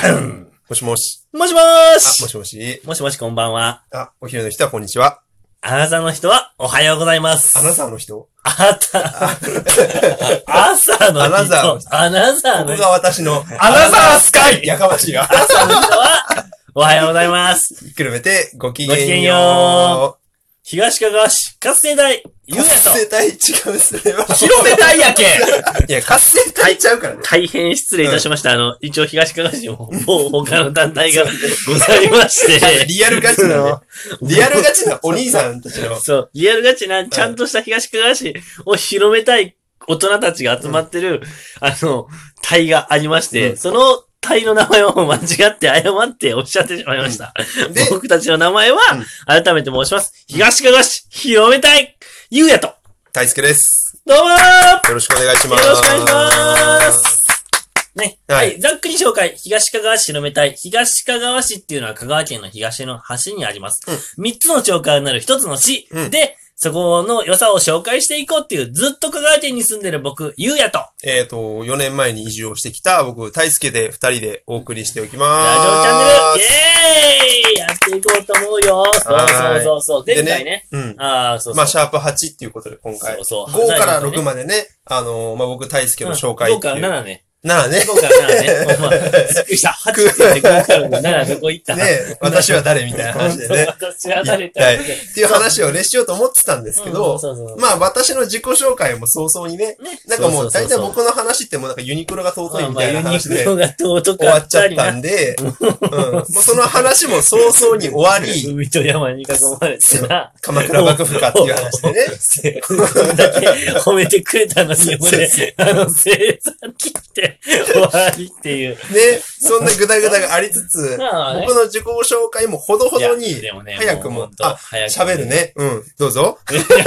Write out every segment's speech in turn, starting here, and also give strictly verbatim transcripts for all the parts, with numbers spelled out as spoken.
もしもし。 もしもーし。 あ、もしもし。 もしもしこんばんは。 あ、お昼の人はこんにちは。 アナザーの人はおはようございます。 アナザーの人あた、朝の人。 アナザーの人。 アナザーの人。 ここが私のアナザースカイやかましいわ。 朝の人はおはようございます。 ひっくるめてごきげんよう。 ごきげんよう。東かがわ市活性大ゆうやと。 活性体違うそれは。 広めたいやけいや、活性体ちゃうからね。 大変失礼いたしました。あの、一応東かがわ市も、もう他の団体がございまして。 リアルガチなね。リアルガチなお兄さんたちの。 そう、リアルガチな、ちゃんとした東かがわ市を広めたい大人たちが集まってる、うん、あの、隊がありまして、うん、その隊の名前を間違って誤っておっしゃってしまいました。うん、僕たちの名前は、改めて申します。東かがわ市広めたいゆうやと。 大輔です。 どうもーよろしくお願いします。 よろしくお願いします。ね。はい、はい。ざっくり紹介。東かがわ市広めたい。東かがわ市っていうのは香川県の東の端にあります。三、うん、つの町からなる一つの市、うん、で、そこの良さを紹介していこうっていう、ずっと香川県に住んでる僕、ゆうやと。 えっと、よねんまえに移住をしてきた僕、大輔で二人でお送りしておきまーす。ラジオチャンネル、イェーイやっていこうと思うよ。そうそうそうそう。前回ね。ねうん。ああ、そうそう。 まあ、シャープはちっていうことで今回。そうそう。ごからろくまでね、あのー、まあ、僕、大輔の紹介っていう。 うん、ごからななね。 ならね。 ごからななね。ほんま、びっくりした。はちって言ってごからななどこ行ったねえ、私は誰みたいな話でね。 私は誰ってっていう話をね、しようと思ってたんですけど、まあ私の自己紹介も早々にね、なんかもう大体僕の話ってもうなんかユニクロが尊いみたいな話で終わっちゃったんで、もうその話も早々に終わり、 海と山に囲まれてな、 鎌倉幕府かっていう話でね。 こんだけ褒めてくれたのに、俺、あの、生産切って、終わりっていう。 ね、そんなグダグダがありつつ、僕の自己紹介もほどほどに、早くも、あ、喋るね。うん、どうぞ。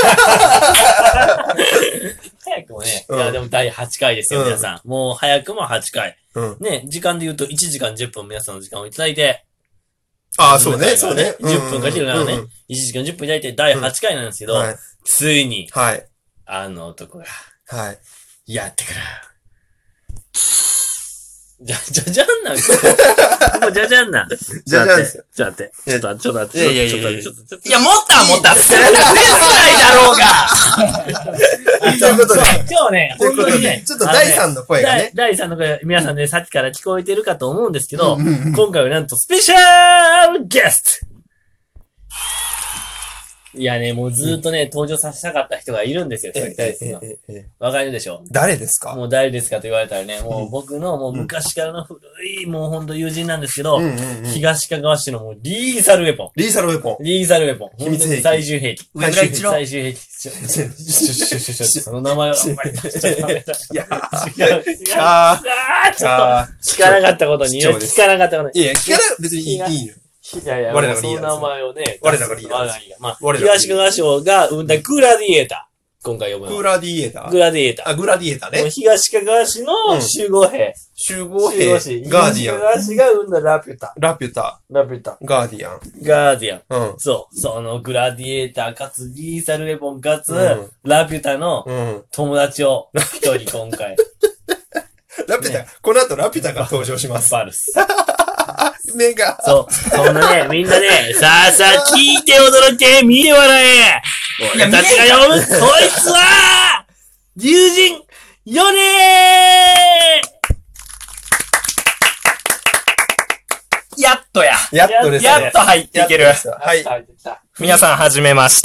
早くもね、いや、でもだいはちかいですよ、皆さん。もう早くもはちかい。ね、時間で言うといちじかんじゅっぷん皆さんの時間をいただいて。 ああ、そうね、そうね。 じゅっぷんかけるならね、いちじかんじゅっぷんいただいてだいはちかいなんですけど、ついに、 はい。 あの男が、 はい。 やってくる。じゃ、じゃじゃんなんもうじゃじゃんなん。 じゃじゃんですよ。 ちょっと待って。ちょっと、ちょっと待って。いやいやいやいや。 いや、持った持ったってないだろうがということで。 今日ね、本当にね。 ちょっとだいさんの声がね。 だいさんの声、皆さんね、さっきから聞こえてるかと思うんですけど、今回はなんとスペシャルゲストいやね、もうずーっとね、登場させたかった人がいるんですよ、わかるでしょ？ 誰ですか？ もう誰ですかと言われたらね、もう僕のもう昔からの古い、もうほんと友人なんですけど、東かがわ市のもうリーサルウェポン。 リーサルウェポン。 リーサルウェポン。 秘密兵器。 最終兵器。 上村一郎。 最終兵器。その名前はあんまり出しちゃダメだ。 いや、 違う。違う。ああ、ちょっと、聞かなかったことに、聞かなかったことに。 いや、聞かな、別にいいよ。 いやいや、 我らがリーダー。 その名前をね、 我らがリーダー。 まあ、東かがわ市が生んだグラディエーター。今回呼ぶの。 グラディエーターグラディエーター。 あ、グラディエーターね。 東かがわ市の集合兵。 集合兵。ガーディアン。 東かがわ市が生んだラピュタ。 ラピュタ。 ラピュタ。 ガーディアン。 ガーディアン。うん。 そう。そのグラディエーターかつリーサルウェポンかつ、ラピュタの友達を一人今回。 ラピュタ、この後ラピュタが登場します。 バルス。 目が。 そう。そんなね、みんなね、さあさあ聞いて驚け、見て笑え。俺たちが呼ぶ、こいつは、龍神、ヨネーやっとや。 やっとですね。 やっと入っていける。 はい。 皆さんはじめまして、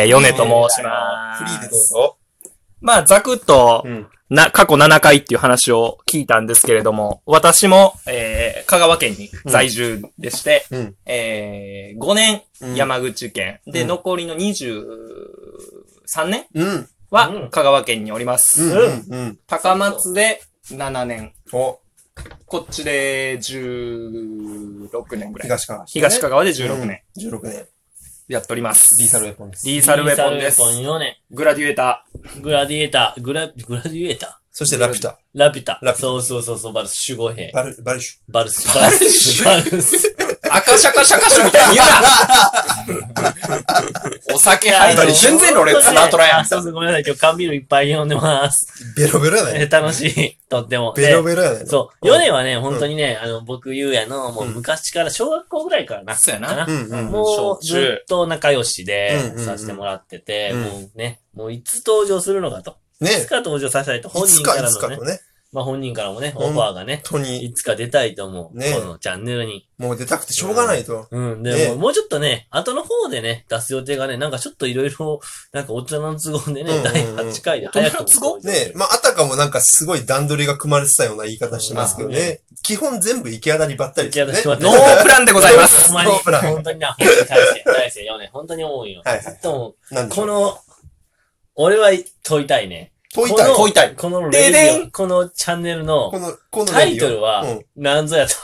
ヨネと申します。 フリーでどうぞ。 まあ、ざくっと、うんな、過去ななかいっていう話を聞いたんですけれども、私も、えー、香川県に在住でして、うん、えー、ごねん山口県、うん、で、残りのにじゅうさんねんは香川県におります。 うんうんうん、 高松でななねん。 おこっちでじゅうろくねんぐらい。 東香川、ね。 東香川でじゅうろくねん。 うん、じゅうろくねん。 やっております。 リーサルウェポンです。 リーサルウェポンです。 リーサルウェポンよねん。グラディエーター。グラディエーター。グラ、グラディエーター。 そしてラピュタ。 ラピュタ。そうそうそうそう、バルス、守護兵。 バル、バルシュ。 バルス、バルス、バルス。 赤シャカシャカシュみたいに言うなお酒入ったり全然ロレッツナートラやん。 そうそう、ごめんなさい。今日缶ビールいっぱい飲んでます。 ベロベロやね。 楽しい。とっても。 ベロベロやね。 そう。ヨネはね、本当にね、あの、僕、ゆうやの、もう昔から、小学校ぐらいからな。 そうやな。 もう、ずっと仲良しで、させてもらってて、もうね、もういつ登場するのかと。ね。いつか登場させたいと、本人からのね。まあ本人からもね、オファーがね、本当にいつか出たいと思う。ね。このチャンネルに。 もう出たくてしょうがないと。 うん。でも、もうちょっとね、後の方でね、出す予定がね、なんかちょっといろいろ、なんか大人の都合でね、だいはちかいで早く。 大人の都合ね。まあ、あたかもなんかすごい段取りが組まれてたような言い方してますけどね。基本全部行き当たりばったりですね。 ノープランでございます。 ノープラン。本当にな、本当に大勢、大勢よね。本当に思うよ。はいはい。でも、この、俺は問いたいね。 問いたい。 問いたい。 このレディオ、このチャンネルのタイトルは何ぞやと。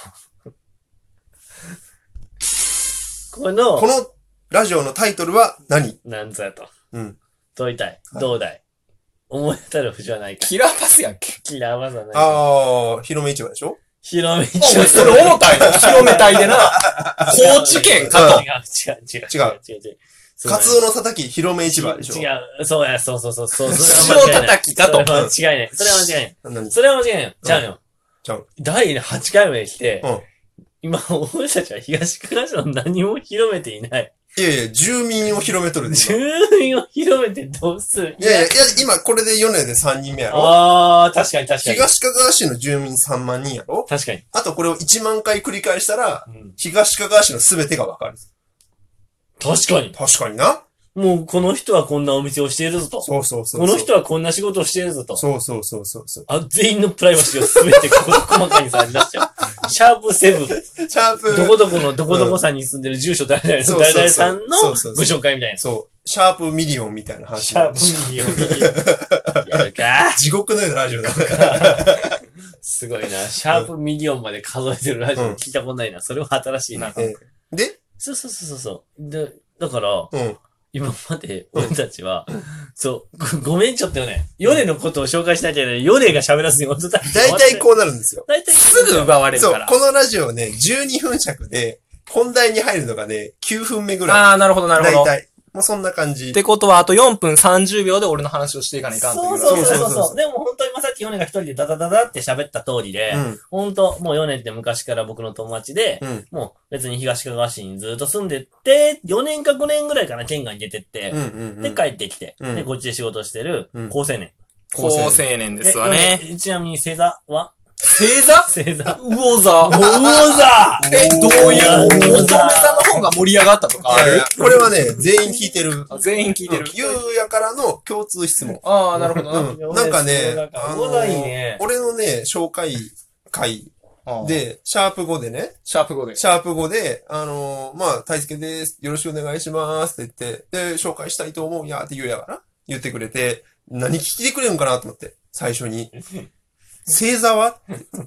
この、 このラジオのタイトルは何何ぞやと。うん。問いたい。どうだい思い当たる節はないか。 キラーパスやんけ。 キラーパスはない。 ああ、広め市場でしょ広め市場。 それ重たいの広めたいでな。高知県かと。 違う、違う、違う。 違う。違う、違う。カツオのたたき、広め市場でしょ違う。そうや、そうそうそう。そう塩たたきかと。 それは間違いない。それは間違いない。それは間違いない。ちゃうよ。 ちゃう。 だいはちかいまで来て、今、俺たちは東かがしの何も広めていない。 いやいや、住民を広めとるでしょ。 住民を広めてどうするいやいや、いや、今これでよねんでさんにんめやろ。 ああ、確かに確かに。 東かがわ市の住民さんまんにんやろ。 確かに。 あとこれをいちまんかい繰り返したら、東かがわ市のすべてがわかる。 確かに。 確かにな。 もう、この人はこんなお店をしているぞと。 そうそうそう。 この人はこんな仕事をしているぞと。 そうそうそうそう。 あ、全員のプライバシーをすべて細かにさ、出しちゃう。シャープセブン。 シャープ。 どこどこのどこどこさんに住んでる住所誰々の誰々さんのご紹介みたいな。 そう。シャープミリオンみたいな話。 シャープミリオン。やるか。 地獄のようなラジオだ。 すごいな。シャープミリオンまで数えてるラジオ聞いたことないな。それは新しいな。 でそうそうそうそう。で、だから、うん。今まで、俺たちは、そう、ごめんちょっとよね。ヨネのことを紹介しなきゃいけない。ヨネが喋らずに音だけ。 大体こうなるんですよ。 大体すぐ奪われるから。 そう、このラジオね、じゅうにふん尺で、本題に入るのがね、きゅうふんめぐらい。 ああ、なるほどなるほど。 大体。もうそんな感じ。 ってことは、あとよんぷんさんじゅうびょうで俺の話をしていかないかんという。 そうそうそうそう。でも本当に今さっきヨネが一人でダダダダって喋った通りで、うん、本当もうヨネって昔から僕の友達で、うん、もう別に東かがわ市にずっと住んでって、よねんかごねんぐらいかな、県外に出てって、うんうんうん、で帰ってきて、うん、で、こっちで仕事してる高青年。 高青年ですわね。 ちなみに星座は星座星座。 魚座。 魚座え、どういう乙女さんの方が盛り上がったとかこれはね、全員聞いてる。 全員聞いてる。 ゆうやからの共通質問。 ああ、なるほどな。 うん、なんかね、 あのー、いいね、 俺のね、紹介会で、シャープごでね。 シャープごで。 シャープごで、あのー、まあ、大輔です。よろしくお願いしますって言って、で、紹介したいと思うんやって言うやから、言ってくれて、何聞いてくれるんかなと思って、最初に。星座は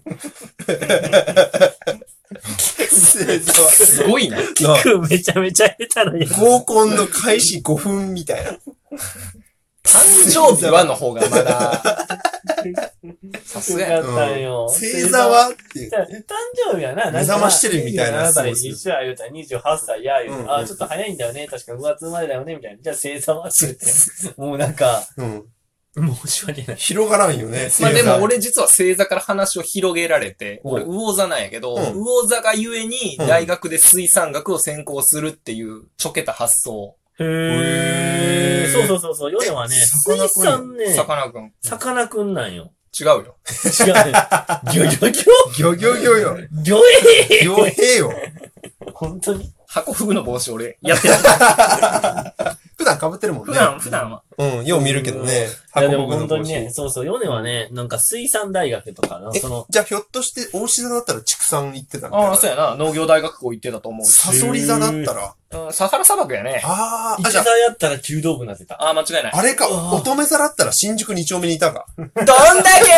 星座はすごいな。 聞くめちゃめちゃ下手なやつ。 合コンの開始ごふんみたいな。 誕生日はの方がまだ、さすがやったんよ。 星座はっていう。 誕生日はな、 目覚ましテレビみたいな。 あなたに一緒や言うたらにじゅうはっさいや言うたら、あ、ちょっと早いんだよね。確かごがつ生まれだよね。みたいな。じゃあ星座はって言って。もうなんか、うん申し訳ない。 広がらんよね。 まあでも俺実は星座から話を広げられて、俺魚座なんやけど、うん、魚座がゆえに大学で水産学を専攻するっていうちょけた発想。 へー。そうそうそうそう。ヨネはね、水産ね、 さかなクン。 さかなクンなんよ。 違うよ。 違うね。ギョギョギョギョギョギョよ。 ギョエーギョエーよ。 本当に箱フグの帽子俺やってる。 普段被ってるもんね。 普段、普段は。 うん、よう見るけどね。 いやでも本当にね、そうそう、ヨネはね、なんか水産大学とかの、その。 じゃあひょっとして大志座だったら畜産行ってたみたいな。ああ、そうやな。農業大学校行ってたと思う。 サソリ座だったらうん、サハラ砂漠やね。 ああ、 一座やったら弓道部になってた。 ああ、間違いない。 あれか、乙女座だったら新宿二丁目にいたか。 どんだけ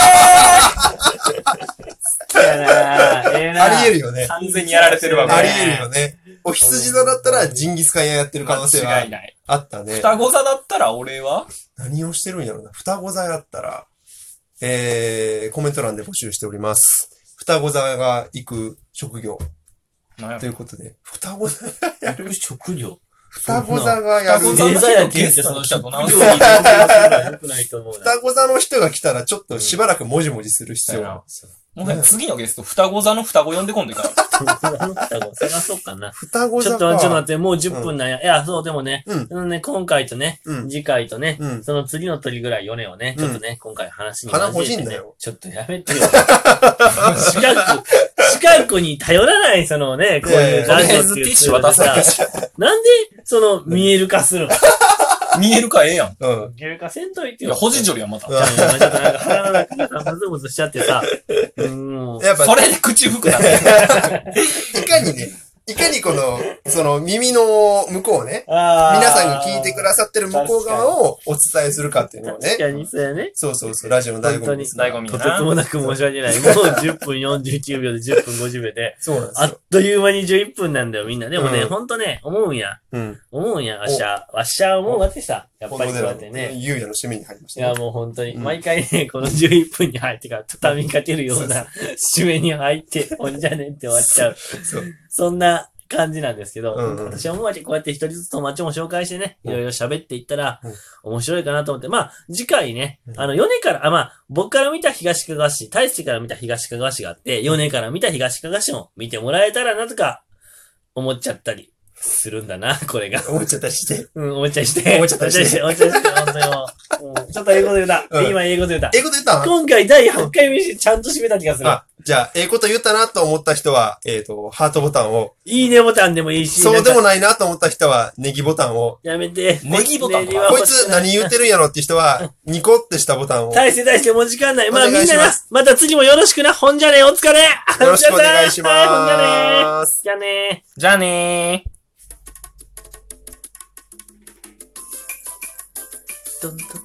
ーやなー、ええなー。 ありえるよね。 完全にやられてるわ、 ありえるよね。お羊座だったらジンギスカン屋やってる可能性はあったね。 双子座だったら俺は何をしてるんやろな。双子座だったら、えー、コメント欄で募集しております。双子座が行く職業。 ということで、双子座がやる。 職業。 双子座がやる。 双子座やゲストの人とな。双子座の人が来たらちょっとしばらくもじもじする必要が。 もう次のゲスト、双子座の双子呼んでこんでから。 双子座の双子、探そうかな。 双子座ちょっと、ちょっと待って、もうじゅっぷんなんや。いや、そう、でもね、うん、ね、今回とね、次回とね、その次の鳥ぐらいよねをね、ちょっとね、今回話に花欲しいんだよ。 ちょっとやめてよ。近く、近くに頼らない、そのね、こういうラジオっていうツールでさ、 なんで、その、見える化するの見えるかええやん。 うん。見える化せんといてよ。 いや、ほじっちょるやん、また。 ちょっとなんか腹の中がムズムズしちゃってさ。 うん。やっぱ。それで口吹くな。いかにね、いかにこの、その耳の向こうね、皆さんが聞いてくださってる向こう側をお伝えするかっていうのをね。 確かにそうやね。 そうそうそう、ラジオの醍醐味です。 醍醐味だな。 とてつもなく申し訳ない。もうじゅっぷんよんじゅうきゅうびょうでじゅっぷんごじゅうびょうで。 そうなんですよ。あっという間にじゅういっぷんなんだよ、みんな。でもね、ほんとね、思うんや。うん。思うんや、わっしゃ。わっしゃ思うわってさ。やっぱりこうやってね。 ゆうやの締めに入りました。 いや、もう本当に。毎回ね、このじゅういっぷんに入ってから畳みかけるような締めに入って、ほんじゃねって終わっちゃう。そう。そんな、感じなんですけど、うんうん、私は思うわけこうやって一人ずつ友達も紹介してね、いろいろ喋っていったら、面白いかなと思って、まあ、次回ね、あの、米から、あ、まあ、僕から見た東かがわ市、大輔から見た東かがわ市があって、米から見た東かがわ市も見てもらえたらなとか、思っちゃったりするんだな、これが。 思っちゃったりして。 うん、思っちゃいして。 思っちゃったりして。 思っちゃいして、本当にもう。うん、ちょっと英語で言った。うん、今英語で言った。 英語で言った今回だいはちかいめにちゃんと締めた気がする。 あじゃあ、ええこと言ったなと思った人は、えっと、ハートボタンを。 いいねボタンでもいいし。 そうでもないなと思った人は、ネギボタンを。 やめて。 ネギボタンか。 こいつ何言ってるんやろって人は、ニコってしたボタンを。 大して大してもう時間ない。まあみんなな、また次もよろしくな。ほんじゃねお疲れ。よろしくお願いします。 ほんじゃねじゃあねじゃあねー。